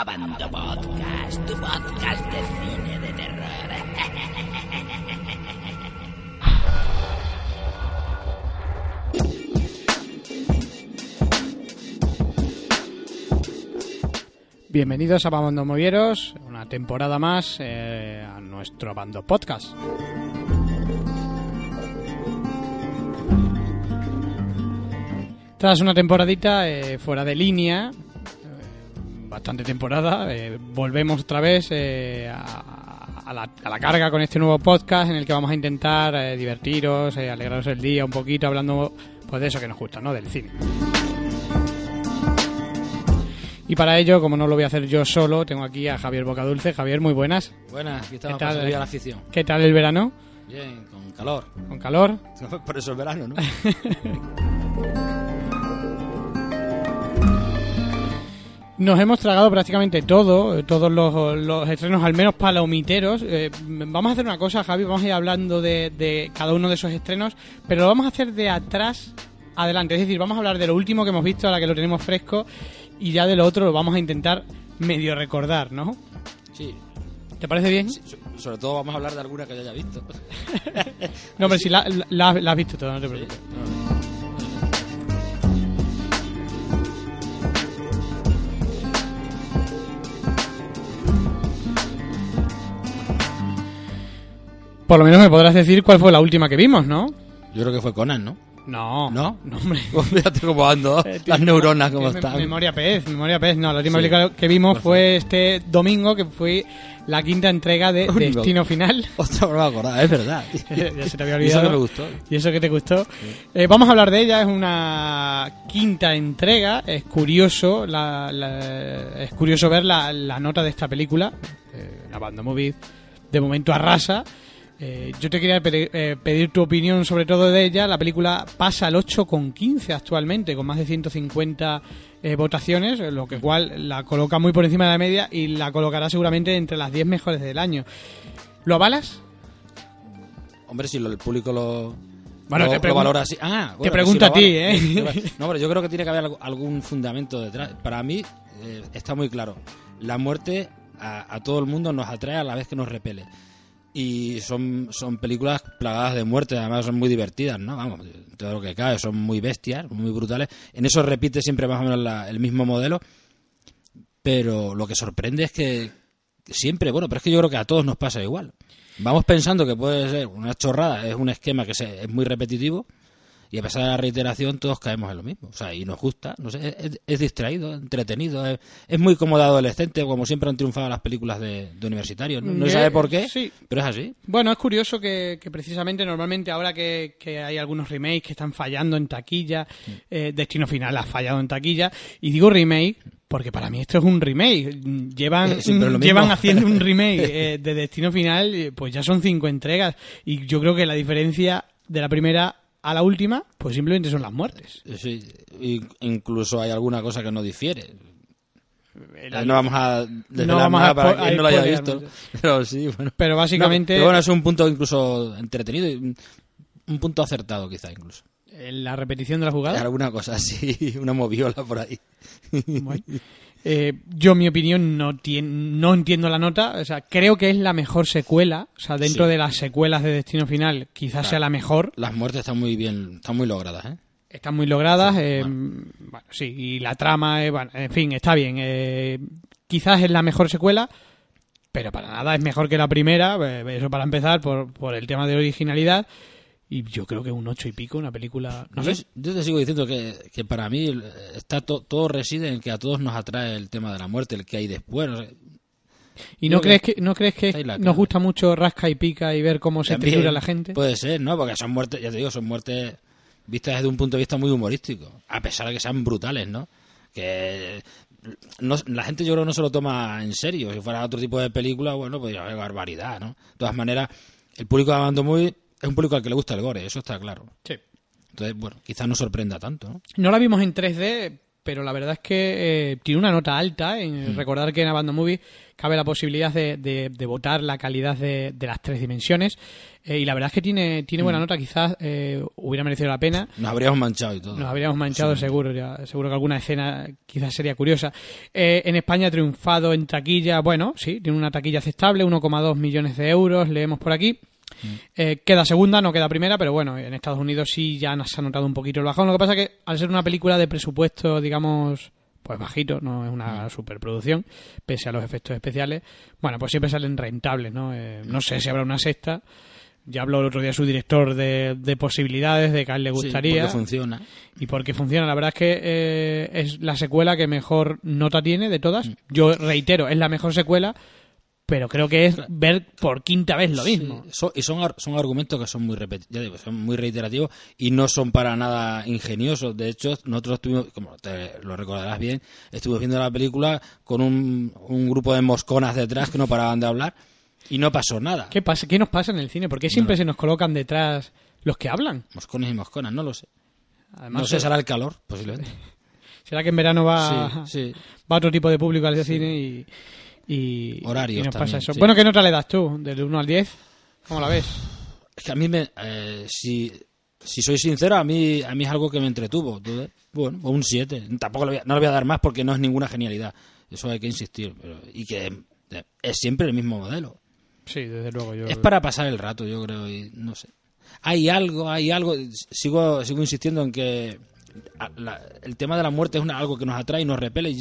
Abando Podcast, tu podcast de cine de terror. Bienvenidos a Bando Movieros, una temporada más a nuestro Abando Podcast. Tras una temporadita fuera de línea, bastante temporada, volvemos otra vez a la carga con este nuevo podcast en el que vamos a intentar divertiros, alegraros el día un poquito hablando pues de eso que nos gusta, ¿no? Del cine. Y para ello, como no lo voy a hacer yo solo, tengo aquí a Javier Bocadulce. Javier, muy buenas. Buenas, aquí estamos para servir a la afición. ¿Qué tal el verano? Bien, con calor. ¿Con calor? Por eso el verano, ¿no? Nos hemos tragado prácticamente todos los estrenos, al menos palomiteros. Vamos a hacer una cosa, Javi, vamos a ir hablando de cada uno de esos estrenos, pero lo vamos a hacer de atrás adelante. Es decir, vamos a hablar de lo último que hemos visto, a la que lo tenemos fresco, y ya de lo otro lo vamos a intentar medio recordar, ¿no? Sí. ¿Te parece bien? Sí, sobre todo vamos a hablar de alguna que ya haya visto. No, pero si la has visto toda, no te preocupes. Sí. Por lo menos me podrás decir cuál fue la última que vimos, ¿no? Yo creo que fue Conan, ¿no? No, hombre. Fíjate cómo ando, las neuronas como están. Memoria pez. No, la última película que vimos fue este domingo, que fue la quinta entrega de Destino Final. Ostras, no me acordaba, es verdad. Ya se te había olvidado. Y eso que me gustó. Y eso que te gustó. Sí. Vamos a hablar de ella, es una quinta entrega. Es curioso es curioso ver la nota de esta película. La Bando Movie de momento arrasa. Yo te quería pedir tu opinión sobre todo de ella. La película pasa al 8,15 actualmente, con más de 150 votaciones, lo que cual la coloca muy por encima de la media y la colocará seguramente entre las 10 mejores del año. ¿Lo avalas? Hombre, si el público lo valora así. Te pregunto a ti, No, pero yo creo que tiene que haber algún fundamento detrás. Para mí está muy claro. La muerte a todo el mundo nos atrae a la vez que nos repele. Y son películas plagadas de muerte, además son muy divertidas, ¿no? Vamos, todo lo que cae, son muy bestias, muy brutales. En eso repite siempre más o menos el mismo modelo, pero lo que sorprende es que siempre, pero es que yo creo que a todos nos pasa igual. Vamos pensando que puede ser una chorrada, es un esquema que es muy repetitivo, y a pesar de la reiteración todos caemos en lo mismo. O sea, y nos gusta, no sé, es distraído, entretenido, es muy cómodo adolescente, como siempre han triunfado las películas de universitarios, ¿no? No se sabe por qué, sí. Pero es así. Bueno, es curioso que precisamente normalmente ahora que hay algunos remakes que están fallando en taquilla, Destino Final ha fallado en taquilla, y digo remake porque para mí esto es un remake. Llevan haciendo un remake de Destino Final, pues ya son 5 entregas, y yo creo que la diferencia de la primera a la última, pues simplemente son las muertes. Sí, incluso hay alguna cosa que no difiere. No vamos a desvelar nada para quien no lo haya visto. Pero sí, bueno. Pero básicamente... pero bueno, es un punto incluso entretenido y un punto acertado quizá incluso. ¿La repetición de la jugada? Alguna cosa así, una moviola por ahí. Bueno. Yo, en mi opinión, no entiendo la nota. O sea, creo que es la mejor secuela. O sea, dentro de las secuelas de Destino Final, quizás sea la mejor. Las muertes están muy bien, están muy logradas, ¿eh? Están muy logradas. Sí, y la trama, en fin, está bien. Quizás es la mejor secuela, pero para nada es mejor que la primera. Eso para empezar, por el tema de originalidad. Y yo creo que un 8 y pico, una película... No sé. Yo te sigo diciendo que para mí está todo reside en que a todos nos atrae el tema de la muerte, el que hay después. No sé. ¿Y no crees que nos gusta mucho rasca y pica y ver cómo se tritura la gente? Puede ser, ¿no? Porque son muertes, ya te digo, son muertes vistas desde un punto de vista muy humorístico, a pesar de que sean brutales, ¿no? Que la gente yo creo no se lo toma en serio. Si fuera otro tipo de película, bueno, pues ya barbaridad, ¿no? De todas maneras, el público de Bando Movie es un público al que le gusta el gore, eso está claro. Sí. Entonces, bueno, quizás no sorprenda tanto, ¿no? No la vimos en 3D pero la verdad es que tiene una nota alta. Recordar que en Abandon Movie cabe la posibilidad de votar la calidad de las 3 dimensiones, y la verdad es que tiene buena nota. Quizás hubiera merecido la pena. Nos habríamos manchado y todo. Nos habríamos manchado seguro que alguna escena quizás sería curiosa. En España ha triunfado en taquilla, bueno, sí, tiene una taquilla aceptable, 1,2 millones de euros, leemos por aquí. Queda segunda, no queda primera, pero bueno, en Estados Unidos sí ya se ha notado un poquito el bajón. Lo que pasa es que al ser una película de presupuesto, digamos, pues bajito, no es una superproducción, pese a los efectos especiales, bueno, pues siempre salen rentables, ¿no? No sé si habrá una sexta. Ya habló el otro día su director de posibilidades, de que a él le gustaría. Sí, porque funciona. Y porque funciona. La verdad es que es la secuela que mejor nota tiene de todas. Yo reitero, es la mejor secuela, pero creo que es ver por quinta vez lo mismo. Y son argumentos que son son muy reiterativos y no son para nada ingeniosos. De hecho, nosotros estuvimos, como te lo recordarás bien, estuvimos viendo la película con un grupo de mosconas detrás que no paraban de hablar y no pasó nada. ¿Qué pasa? ¿Qué nos pasa en el cine? ¿Por qué siempre se nos colocan detrás los que hablan? Moscones y mosconas, no lo sé. Además, no sé, será el calor, posiblemente. Será que en verano va otro tipo de público al cine y horarios y nos también, pasa eso. sí. Bueno, ¿qué nota le das tú? Del 1 al 10, ¿cómo la ves? Es que a mí si soy sincero, a mí es algo que me entretuvo. Bueno, un 7. Tampoco no le voy a dar más porque no es ninguna genialidad. Eso hay que insistir. Y que es siempre el mismo modelo. Sí, desde luego. Es para pasar el rato, yo creo, y no sé. Hay algo. Sigo insistiendo en que el tema de la muerte es algo que nos atrae y nos repele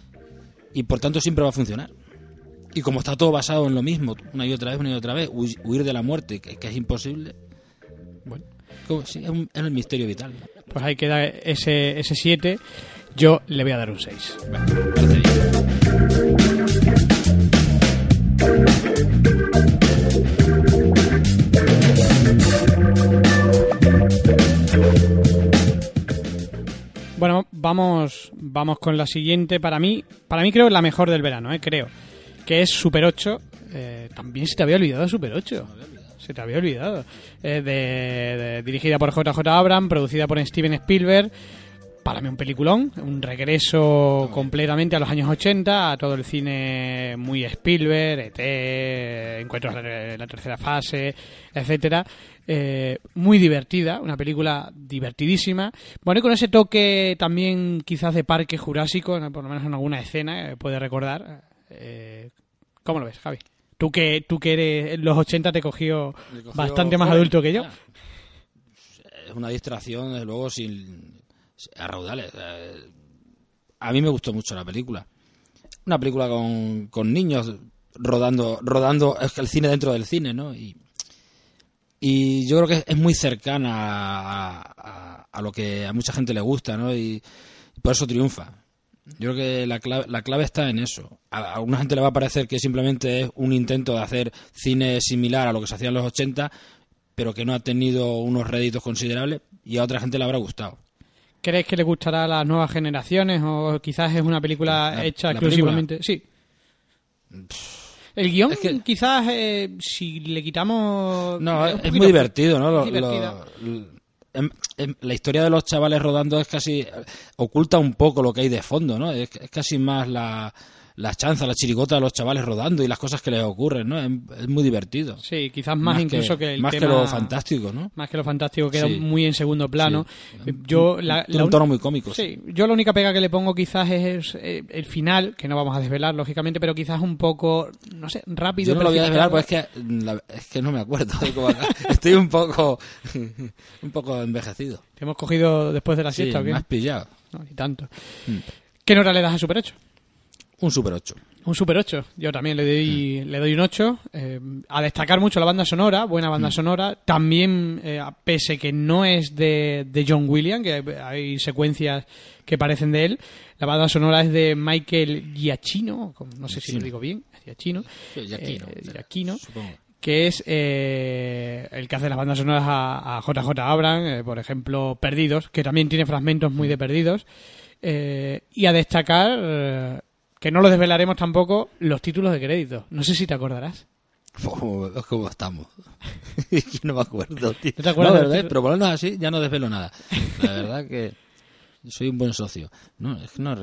y por tanto siempre va a funcionar. Y como está todo basado en lo mismo, una y otra vez, huir de la muerte, que es imposible. Bueno, sí, es el misterio vital. Pues ahí queda ese 7. Yo le voy a dar un 6. Bueno, parece bien. Bueno, vamos con la siguiente. Para mí creo la mejor del verano, creo. Que es Super 8. También se te había olvidado Super 8. Se te había olvidado. Dirigida por JJ Abrams, producida por Steven Spielberg. Para mí un peliculón, un regreso completamente a los años 80, a todo el cine muy Spielberg, E.T., Encuentros en la tercera fase, etcétera. Muy divertida, una película divertidísima. Bueno, y con ese toque también quizás de Parque Jurásico, por lo menos en alguna escena, puedes recordar. ¿Cómo lo ves, Javi? Tú que eres, en los 80 te cogió bastante más adulto que yo. Es una distracción, desde luego, a raudales. A mí me gustó mucho la película. Una película con niños rodando el cine dentro del cine, ¿no? Y yo creo que es muy cercana a lo que a mucha gente le gusta, ¿no? Y por eso triunfa. Yo creo que la clave está en eso. A alguna gente le va a parecer que simplemente es un intento de hacer cine similar a lo que se hacía en los 80, pero que no ha tenido unos réditos considerables, y a otra gente le habrá gustado. ¿Crees que le gustará a las nuevas generaciones o quizás es una película hecha exclusivamente? Sí. El guión, quizás, si le quitamos... No, es muy divertido, ¿no? La historia de los chavales rodando es casi... oculta un poco lo que hay de fondo, ¿no? Es casi más la chanza, la chirigota de los chavales rodando y las cosas que les ocurren, ¿no? Es muy divertido. Sí, quizás más incluso que el más tema... que lo fantástico, ¿no? Más que lo fantástico, queda muy en segundo plano. Sí. Un tono muy cómico. Sí, yo la única pega que le pongo quizás es el final, que no vamos a desvelar, lógicamente, pero quizás un poco, no sé, rápido. Yo no lo voy a desvelar, pues es que no me acuerdo de cómo acá. Estoy un poco envejecido. ¿Te hemos cogido después de la siesta o qué? Me has pillado. No, ni tanto. ¿Qué nota le das a Super 8? Un Super 8. Un Super 8. Yo también le doy un 8. A destacar mucho la banda sonora, buena banda sonora. También, pese que no es de John Williams, que hay secuencias que parecen de él, la banda sonora es de Michael Giacchino, no sé si lo digo bien, Giacchino. Giacchino. Supongo. Que es el que hace las bandas sonoras a JJ Abrams, por ejemplo, Perdidos, que también tiene fragmentos muy de Perdidos. Y a destacar... que no lo desvelaremos tampoco, los títulos de crédito. No sé si te acordarás. ¿Cómo estamos? No me acuerdo, tío. ¿No te acuerdas? Pero por lo menos así ya no desvelo nada. La verdad que soy un buen socio. No, es que no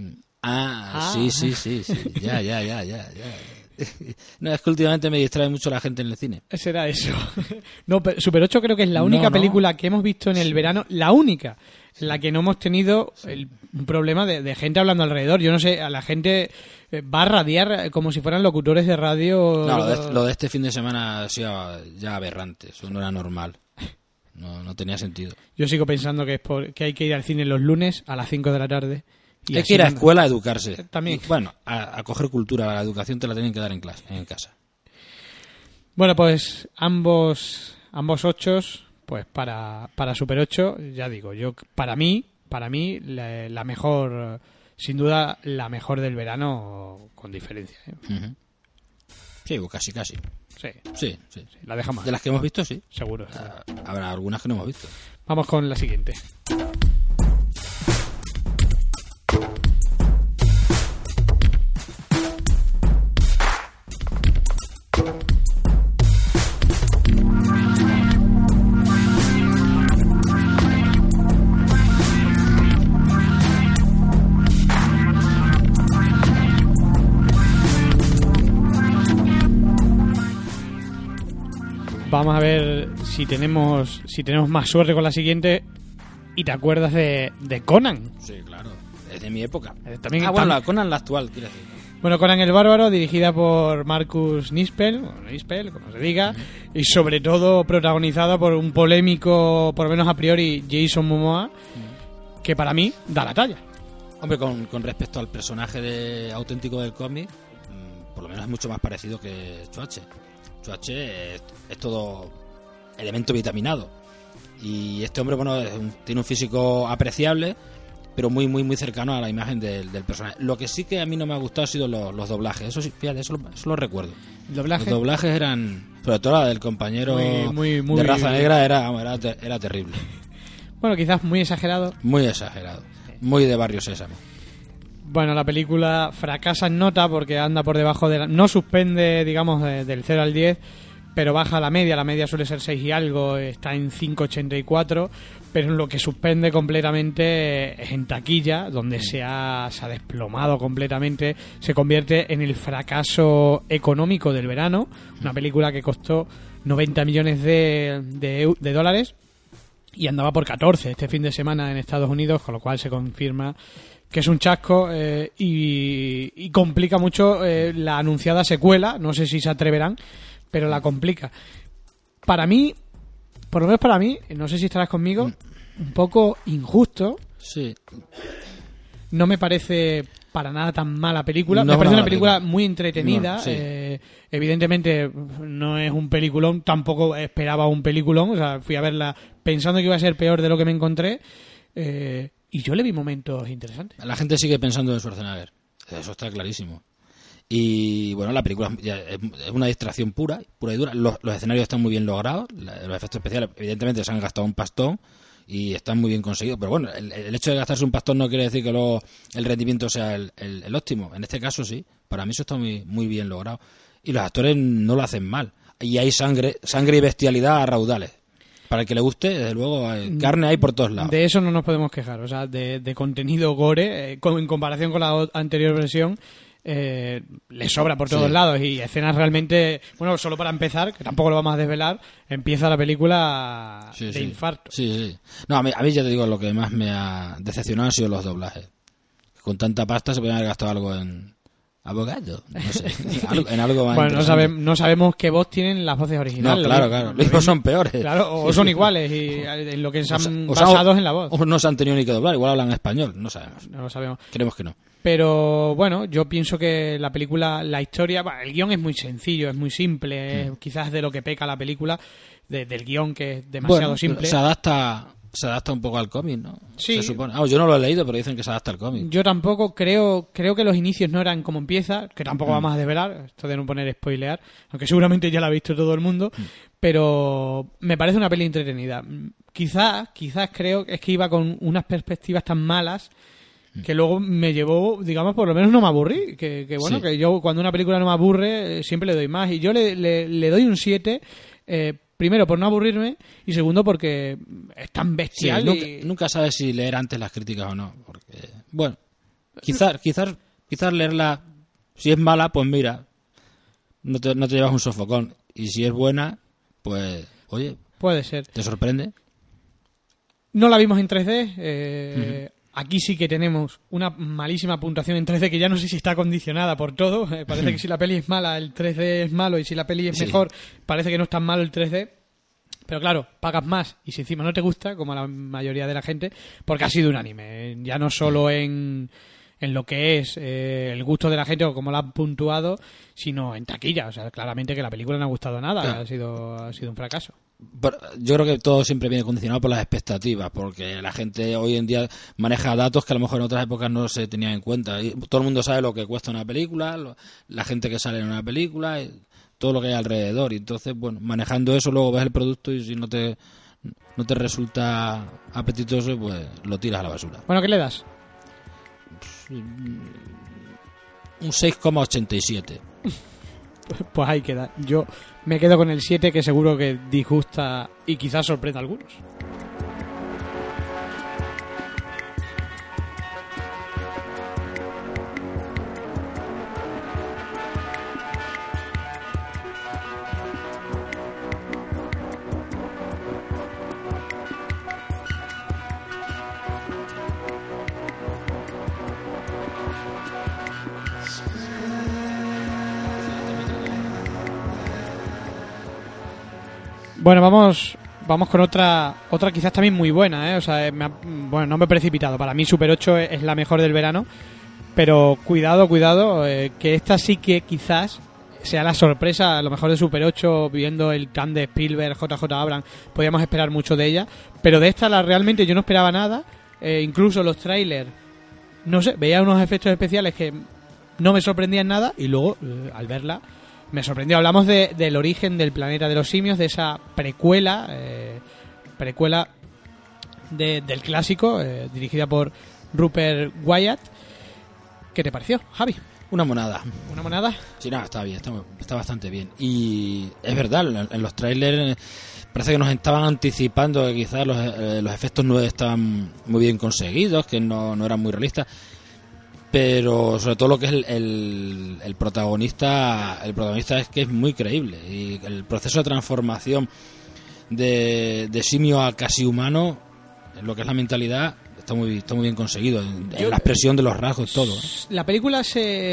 sí. Ya. No, es que últimamente me distrae mucho la gente en el cine. Será eso. No, pero Super 8 creo que es la única película que hemos visto en el verano, la única, en la que no hemos tenido un problema de gente hablando alrededor. Yo no sé, a la gente va a radiar como si fueran locutores de radio. No, lo de este fin de semana ha sido ya aberrante, eso no era normal. No tenía sentido. Yo sigo pensando que que hay que ir al cine los lunes a las 5 de la tarde. Y hay que ir a escuela a educarse. También. Bueno, a coger cultura. La educación te la tienen que dar en casa. Bueno, pues ambos 8, pues para Super 8, ya digo, para mí la mejor, sin duda la mejor del verano con diferencia. Uh-huh. Sí, casi. Sí. La dejamos. De las que hemos visto, sí. Seguro. Habrá algunas que no hemos visto. Vamos con la siguiente. Vamos a ver si tenemos más suerte con la siguiente y te acuerdas de Conan. Sí, claro. Es de mi época. También Conan la actual, quiero decir. Bueno, Conan el Bárbaro, dirigida por Marcus Nispel, como se diga, y sobre todo protagonizada por un polémico, por lo menos a priori, Jason Momoa, que para mí da la talla. Hombre, con respecto al personaje auténtico del cómic, por lo menos es mucho más parecido que Chuache. Chuache es todo elemento vitaminado. Y este hombre, bueno, tiene un físico apreciable, pero muy cercano a la imagen del personaje. Lo que sí que a mí no me ha gustado ha sido los doblajes. Eso sí, fíjate, eso lo recuerdo. ¿Doblaje? Los doblajes eran, sobre todo la del compañero muy de raza negra, era terrible. Bueno, quizás muy exagerado. Muy exagerado. Muy de Barrio Sésamo. Bueno, la película fracasa en nota porque anda por debajo no suspende, digamos, del 0 al 10, pero baja la media suele ser 6 y algo, está en 5,84, pero lo que suspende completamente es en taquilla, donde se ha desplomado completamente, se convierte en el fracaso económico del verano, una película que costó 90 millones de dólares y andaba por 14 este fin de semana en Estados Unidos, con lo cual se confirma que es un chasco y complica mucho la anunciada secuela. No sé si se atreverán, pero la complica. Para mí, por lo menos para mí, no sé si estarás conmigo, un poco injusto. Sí. No me parece para nada tan mala película. Me parece una película muy entretenida. Sí. Evidentemente no es un peliculón, tampoco esperaba un peliculón. O sea, fui a verla pensando que iba a ser peor de lo que me encontré. Y yo le vi momentos interesantes. La gente sigue pensando en Schwarzenegger. Eso está clarísimo. Y bueno, la película es una distracción pura y dura. Los escenarios están muy bien logrados. Los efectos especiales, evidentemente, se han gastado un pastón y están muy bien conseguidos. Pero bueno, el hecho de gastarse un pastón no quiere decir que luego el rendimiento sea el óptimo. En este caso sí. Para mí eso está muy bien logrado. Y los actores no lo hacen mal. Y hay sangre y bestialidad a raudales. Para el que le guste, desde luego, carne hay por todos lados. De eso no nos podemos quejar. O sea, de contenido gore, en comparación con la anterior versión, le sobra por todos lados. Y escenas realmente... Bueno, solo para empezar, que tampoco lo vamos a desvelar, empieza la película de infarto. Sí. No, a mí ya te digo, lo que más me ha decepcionado han sido los doblajes. Con tanta pasta se podrían haber gastado algo en... abogado, no sé, en algo más. Bueno, no sabemos qué voz tienen las voces originales. No, claro. Los mismos son peores. Claro, o son iguales y en lo que se han basados en la voz. O no se han tenido ni que doblar, igual hablan español, no sabemos. No lo sabemos. Creemos que no. Pero bueno, yo pienso que la película, la historia, el guión es muy sencillo, es muy simple, es quizás de lo que peca la película, del guión que es demasiado simple. Se adapta un poco al cómic, ¿no? Sí. Se supone. Yo no lo he leído, pero dicen que se adapta al cómic. Yo tampoco creo que los inicios no eran como empieza, que tampoco vamos a desvelar, esto de no poner spoilear, aunque seguramente ya la ha visto todo el mundo, pero me parece una peli entretenida. Quizás creo que iba con unas perspectivas tan malas que luego me llevó, digamos, por lo menos no me aburrí, que bueno, que yo cuando una película no me aburre siempre le doy más, y yo le doy un 7, primero por no aburrirme y segundo porque es tan Sí, bestial. nunca sabes si leer antes las críticas o no. Porque, bueno, quizás leerla, si es mala, pues mira, no te llevas un sofocón. Y si es buena, pues, oye, Puede ser. te sorprende. No la vimos en 3D. Aquí sí que tenemos una malísima puntuación en 3D que ya no sé si está condicionada por todo. Parece que si la peli es mala, el 3D es malo, y si la peli es mejor, parece que no es tan malo el 3D. Pero claro, pagas más y si encima no te gusta, como a la mayoría de la gente, porque ha sido un anime. Ya no solo en lo que es el gusto de la gente o cómo la han puntuado, sino en taquilla. O sea, claramente que la película no ha gustado nada. Claro. Ha sido un fracaso. Pero yo creo que todo siempre viene condicionado por las expectativas, porque la gente hoy en día maneja datos que a lo mejor en otras épocas no se tenían en cuenta. Y todo el mundo sabe lo que cuesta una película, la gente que sale en una película, y todo lo que hay alrededor. Y entonces, bueno, manejando eso, luego ves el producto y si no te resulta apetitoso, pues lo tiras a la basura. Bueno, ¿qué le das? Un 6,87. Pues ahí queda. Yo me quedo con el 7, que seguro que disgusta y quizás sorprenda a algunos. Bueno, vamos con otra quizás también muy buena, ¿eh? O sea, bueno, no me he precipitado. Para mí Super 8 es la mejor del verano, pero cuidado, que esta sí que quizás sea la sorpresa, a lo mejor de Super 8, viendo el can de Spielberg, JJ Abrams, podíamos esperar mucho de ella, pero de esta realmente yo no esperaba nada. Incluso los trailers, no sé, veía unos efectos especiales que no me sorprendían nada y luego, al verla, me sorprendió. Hablamos del origen del planeta de los simios, de esa precuela del clásico, dirigida por Rupert Wyatt. ¿Qué te pareció, Javi? Una monada. ¿Una monada? Sí, no, está bien, está bastante bien. Y es verdad, en los trailers parece que nos estaban anticipando que quizás los efectos no estaban muy bien conseguidos, que no eran muy realistas. Pero sobre todo lo que es el protagonista es que es muy creíble, y el proceso de transformación de simio a casi humano, en lo que es la mentalidad, está muy bien conseguido, en la expresión de los rasgos, todo. La película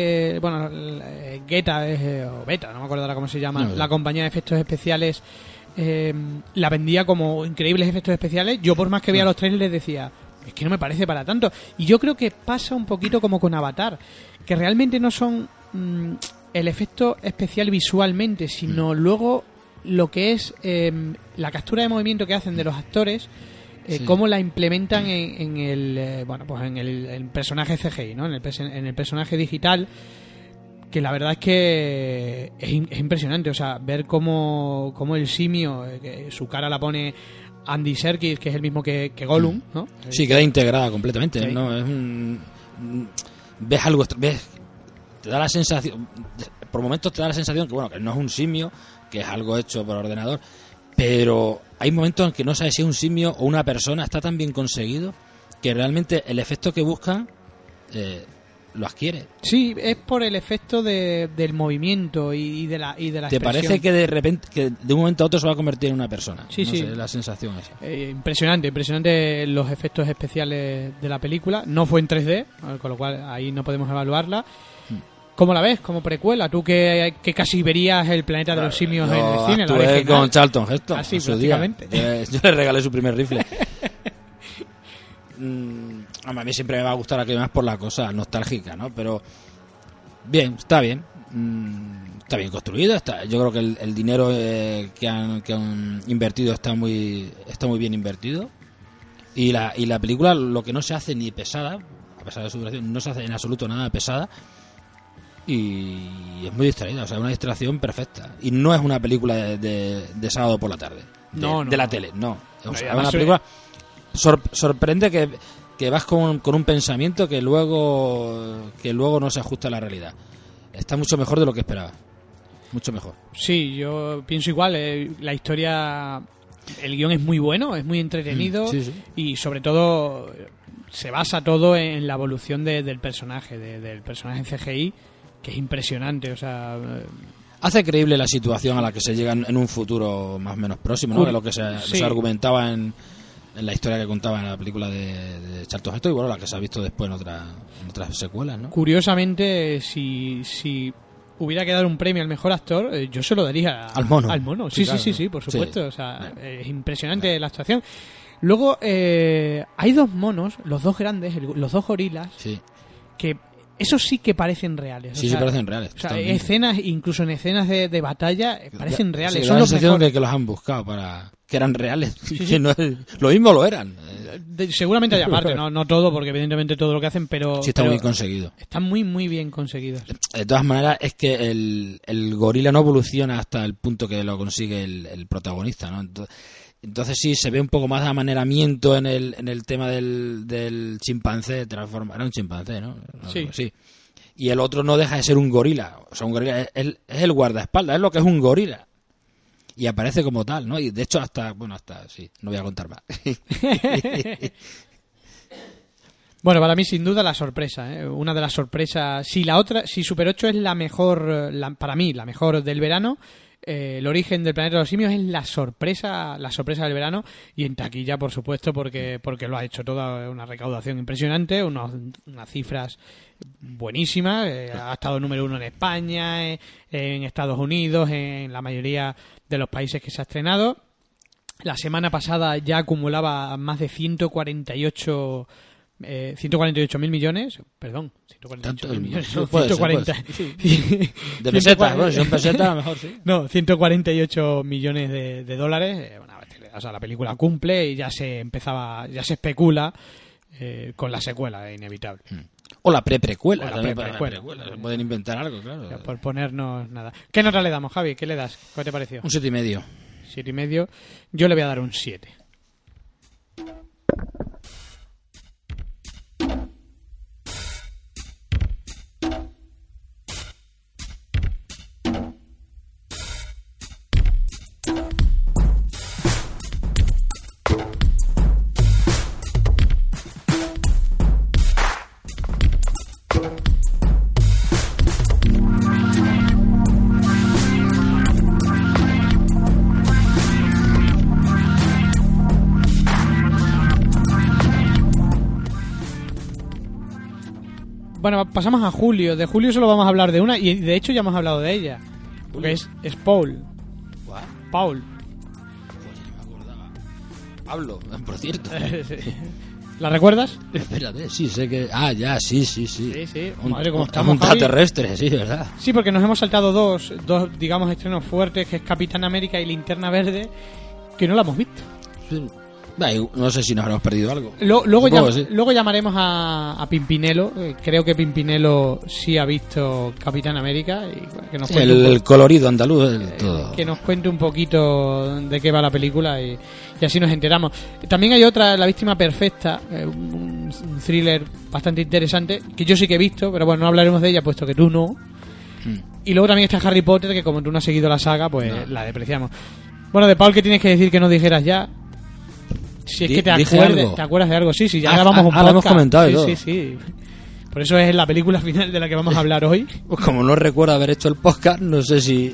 Geta o Beta, no me acuerdo ahora cómo se llama, la compañía de efectos especiales, la vendía como increíbles efectos especiales. Yo, por más que veía los trailers, decía, es que no me parece para tanto. Y yo creo que pasa un poquito como con Avatar, que realmente no son el efecto especial visualmente, sino luego lo que es la captura de movimiento que hacen de los actores, cómo la implementan en el personaje CGI, ¿no? En el personaje digital, que la verdad es que es impresionante. O sea, ver cómo el simio, que su cara la pone Andy Serkis, que es el mismo que Gollum, ¿no? Sí, queda integrada completamente, sí. ¿no? Ves algo, te da la sensación, por momentos te da la sensación que, bueno, que no es un simio, que es algo hecho por ordenador, pero hay momentos en que no sabes si es un simio o una persona. Está tan bien conseguido que realmente el efecto que busca lo adquiere. Sí, es por el efecto del movimiento y de la ¿Te expresión. parece que de repente, que de un momento a otro se va a convertir en una persona? Sí, no sí. sé, la sensación esa. Impresionante los efectos especiales de la película. No fue en 3D, con lo cual ahí no podemos evaluarla. ¿Cómo la ves? Como precuela, tú que casi verías el planeta de los simios en el cine. Yo actué con Charlton Heston. Así, en su día. prácticamente. Yo le regalé su primer rifle. A mí siempre me va a gustar aquello más por la cosa nostálgica, ¿no? Pero bien, está bien. Está bien construido. Yo creo que el dinero que han invertido está muy bien invertido. Y la película, lo que no se hace ni pesada, a pesar de su duración, no se hace en absoluto nada pesada. Y es muy distraída, o sea, una distracción perfecta. Y no es una película de sábado por la tarde, de la tele, no. O sea, es una película sorprende que vas con un pensamiento que luego no se ajusta a la realidad. Está mucho mejor de lo que esperaba. mucho mejor. Sí, yo pienso igual. La historia, el guión es muy bueno, es muy entretenido Sí. y sobre todo se basa todo en la evolución del personaje, del personaje en CGI, que es impresionante. O sea, Hace creíble la situación a la que se llega en un futuro más o menos próximo, ¿no? De lo que se argumentaba en la historia que contaba en la película de Charlton Heston y bueno, la que se ha visto después en otras secuelas, ¿no? Curiosamente, si hubiera que dar un premio al mejor actor, yo se lo daría al mono. Al mono. Sí, claro, sí, por supuesto. Sí. O sea, es impresionante la actuación. Luego, hay dos monos, los dos grandes, los dos gorilas, que esos sí que parecen reales. Sí, parecen reales. O sea, escenas, incluso en escenas de batalla, parecen reales. Sí, son la los sensación mejores. de que los han buscado para que eran reales. Sí. Que no es, lo mismo lo eran. Seguramente hay aparte, no todo, porque evidentemente todo lo que hacen, pero... Sí, está muy conseguido. Están muy, muy bien conseguidos. De todas maneras, es que el gorila no evoluciona hasta el punto que lo consigue el protagonista, ¿no? Entonces sí, se ve un poco más de amaneramiento en el tema del chimpancé. Era un chimpancé, ¿no? Sí. Y el otro no deja de ser un gorila. O sea, un gorila es el guardaespaldas, es lo que es un gorila. Y aparece como tal, ¿no? Y de hecho sí, no voy a contar más. Bueno, para mí sin duda la sorpresa, ¿eh? Una de las sorpresas. Si Super 8 es la mejor, para mí la mejor del verano, el origen del planeta de los simios es la sorpresa del verano, y en taquilla, por supuesto, porque lo ha hecho toda una recaudación impresionante, unas cifras buenísimas. Ha estado número 1 en España, en Estados Unidos, en la mayoría de los países que se ha estrenado. La semana pasada ya acumulaba más de 148.000 millones, perdón, 148.000 millones, no, 140. De pesetas, bueno, si son pesetas a lo mejor sí. No, 148 millones de dólares. O sea, la película cumple y ya se especula con la secuela, inevitable. O la precuela. Pueden inventar algo, claro. Ya, por ponernos nada. ¿Qué nota le damos, Javi? ¿Qué le das? ¿Qué te pareció? Un 7,5. 7,5. Yo le voy a dar un 7. Bueno, pasamos a Julio. De Julio solo vamos a hablar de una, y de hecho ya hemos hablado de ella. Porque es Paul. ¿What? Paul. Joder, no me acordaba. Pablo, por cierto. ¿La recuerdas? Espérate, sí, sé que... Ah, ya, sí. Sí. Madre, ¿cómo estamos, un extraterrestre, sí, ¿verdad? Sí, porque nos hemos saltado dos, digamos, estrenos fuertes, que es Capitán América y Linterna Verde, que no la hemos visto. Sí. No sé si nos habremos perdido algo. Luego llamaremos a Pimpinelo. Creo que Pimpinelo sí ha visto Capitán América. Y que nos el colorido andaluz del todo. Que nos cuente un poquito de qué va la película y así nos enteramos. También hay otra, La Víctima Perfecta, un thriller bastante interesante, que yo sí que he visto, pero bueno, no hablaremos de ella puesto que tú no. Y luego también está Harry Potter, que como tú no has seguido la saga, pues la despreciamos. Bueno, de Paul, ¿qué tienes que decir que no dijeras ya? Si es que te acuerdas de algo. Sí, ya grabamos un podcast. Lo hemos comentado. Sí. Por eso es la película final de la que vamos a hablar hoy. Pues como no recuerdo haber hecho el podcast, no sé si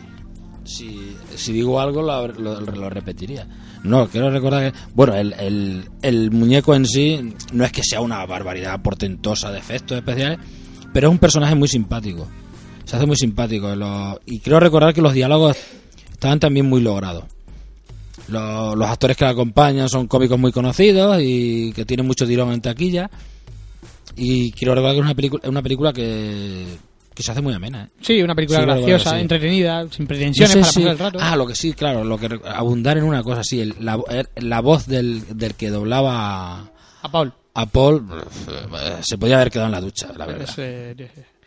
digo algo lo repetiría. No, quiero recordar que... Bueno, el muñeco en sí no es que sea una barbaridad portentosa de efectos especiales, pero es un personaje muy simpático. Se hace muy simpático. Y creo recordar que los diálogos estaban también muy logrados. Los actores que la acompañan son cómicos muy conocidos y que tienen mucho tirón en taquilla. Y quiero recordar que es una película que se hace muy amena, ¿eh? Sí, una película graciosa, entretenida, sin pretensiones, para pasar el rato. Lo que sí, claro, abundar en una cosa, sí, la voz del que doblaba a Paul. Se podía haber quedado en la ducha, la verdad.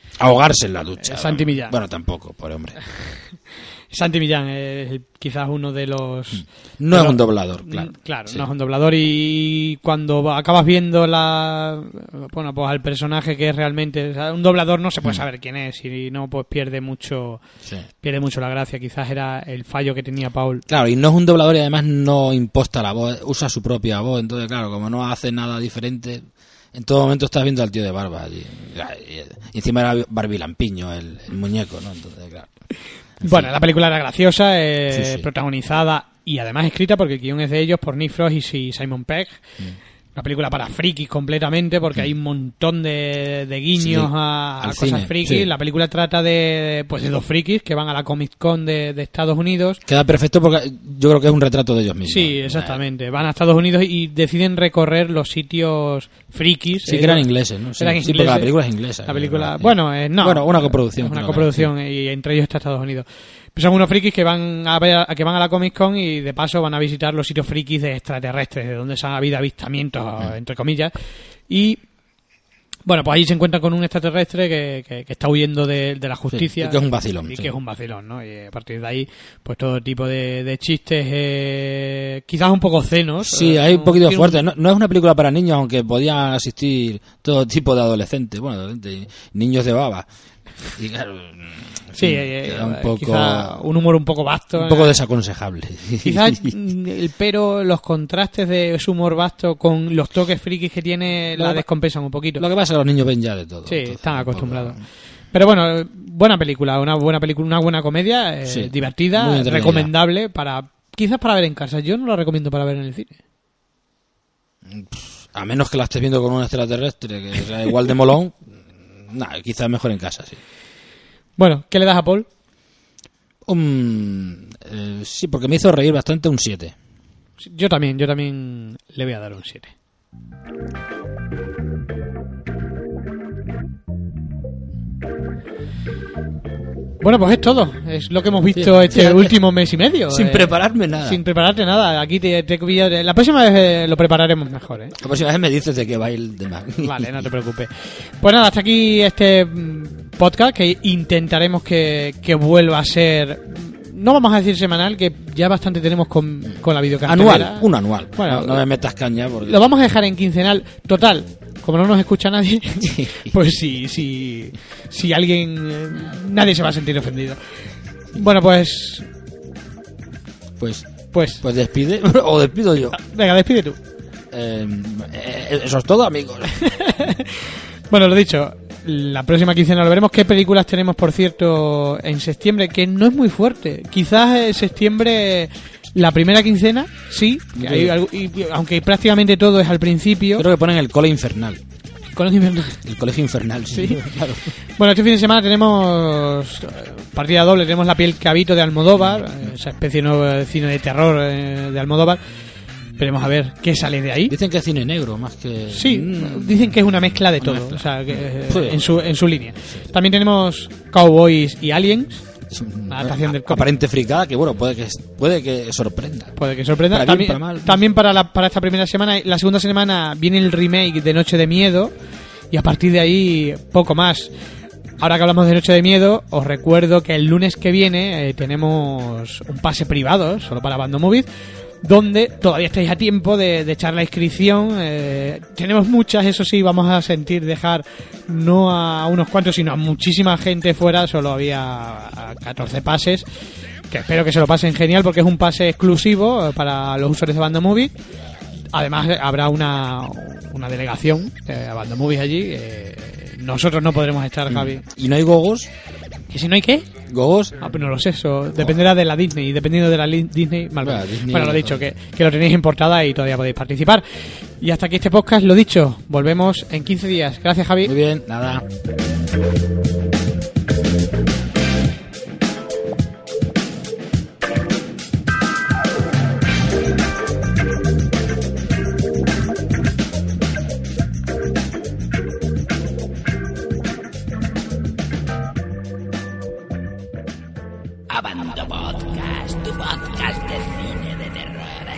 Ahogarse en la ducha. Santi Millán. Bueno, tampoco, pobre hombre. Santi Millán es quizás uno de los... No de es los- un doblador, claro. Claro, Sí. no es un doblador, y cuando acabas viendo pues al personaje que es realmente... o sea, un doblador no se puede saber quién es, y no, pues pierde mucho Sí. la gracia. Quizás era el fallo que tenía Paul. Claro, y no es un doblador y además no imposta la voz, usa su propia voz. Entonces, claro, como no hace nada diferente, en todo momento estás viendo al tío de barba allí. Y encima era Barbilampiño, el muñeco, ¿no? Entonces, claro. Bueno, la película era graciosa, Sí, sí. protagonizada y además escrita, porque el guión es de ellos, por Nick Frost y Simon Pegg. Una película para frikis completamente, porque hay un montón de guiños Sí, a al cosas cine, frikis. sí. La película trata de dos frikis que van a la Comic Con de Estados Unidos. Queda perfecto porque yo creo que es un retrato de ellos mismos. Sí, exactamente. Van a Estados Unidos y deciden recorrer los sitios frikis. Sí, que eran ingleses, ¿no? Sí, Eran sí, porque la ingleses. película es inglesa. La película, ¿verdad? bueno, no. Bueno, una coproducción. Es una creo que coproducción, y entre ellos está Estados Unidos. Pues son unos frikis que van a la Comic Con y de paso van a visitar los sitios frikis de extraterrestres, de donde se ha habido avistamientos, entre comillas. Y bueno, pues allí se encuentran con un extraterrestre que está huyendo de la justicia. y que es un vacilón, Y sí. que es un vacilón, ¿no? Y a partir de ahí, pues todo tipo de chistes, quizás un poco obscenos. Sí, hay un poquito tiene fuerte. No es una película para niños, aunque podían asistir todo tipo de adolescentes. Bueno, adolescentes, niños de baba. Y claro, en Sí, fin, queda un poco, quizá un humor un poco vasto. un poco desaconsejable. Quizás los contrastes de su humor vasto con los toques frikis que tiene la descompensan un poquito. Lo que pasa es que los niños ven ya de todo. Sí, entonces, están un poco- acostumbrados. Pero bueno, buena película, una buena comedia, Sí, muy divertida, entretenida. recomendable quizás para ver en casa. Yo no la recomiendo para ver en el cine. A menos que la estés viendo con un extraterrestre que sea igual de molón, quizás mejor en casa, sí. Bueno, ¿qué le das a Paul? Sí, porque me hizo reír bastante, un 7. Yo también le voy a dar un 7. Bueno, pues es todo. Es lo que hemos visto este último mes y medio. Sin prepararme nada. Sin prepararte nada. Aquí la próxima vez lo prepararemos mejor, ¿eh? La próxima vez me dices de qué va el tema. Vale, no te preocupes. Pues nada, hasta aquí este podcast que intentaremos que vuelva a ser... No vamos a decir semanal, que ya bastante tenemos con la videocartelera. Anual. Bueno, no me metas caña porque... Lo vamos a dejar en quincenal. Total, como no nos escucha nadie, pues si alguien... nadie se va a sentir ofendido. Bueno, pues despide, o despido yo. venga, despide tú. Eso es todo, amigos. Bueno, lo dicho, la próxima quincena lo veremos. ¿Qué películas tenemos, por cierto, en septiembre? Que no es muy fuerte. Quizás en septiembre, la primera quincena, sí. Que hay aunque prácticamente todo es al principio. Creo que ponen el cole infernal. El colegio infernal, sí. Sí. Claro. Bueno, este fin de semana tenemos partida doble. Tenemos La piel cabito de Almodóvar, esa especie de nuevo cine de terror de Almodóvar. Veremos a ver qué sale de ahí. Dicen que es cine negro, más que... Sí, dicen que es una mezcla de todo, mezcla. o sea, que, Sí. en su línea. También tenemos Cowboys y Aliens, una adaptación del cómic. aparente fricada que, bueno, puede que sorprenda. Puede que sorprenda. Para bien, También, para mal. también para esta primera semana. La segunda semana viene el remake de Noche de Miedo, y a partir de ahí poco más. Ahora que hablamos de Noche de Miedo, os recuerdo que el lunes que viene tenemos un pase privado solo para Bando Movies, donde todavía estáis a tiempo de echar la inscripción. Tenemos muchas, eso sí, vamos a sentir dejar no a unos cuantos, sino a muchísima gente fuera. Solo había 14 pases, que espero que se lo pasen genial, porque es un pase exclusivo para los usuarios de Bando Movie. Además habrá una delegación a Bando Movies allí. Nosotros no podremos estar, Javi. ¿Y no hay gogos? ¿Que si no hay qué? ¿Gogos? Ah, pues no lo sé, eso dependerá de la Disney, y dependiendo de la Disney, mal. Bueno, Disney, Bueno, lo dicho, que lo tenéis en portada y todavía podéis participar. Y hasta aquí este podcast, lo dicho, volvemos en 15 días. Gracias, Javi. Muy bien, nada. Abando Podcast, tu podcast de cine de terror.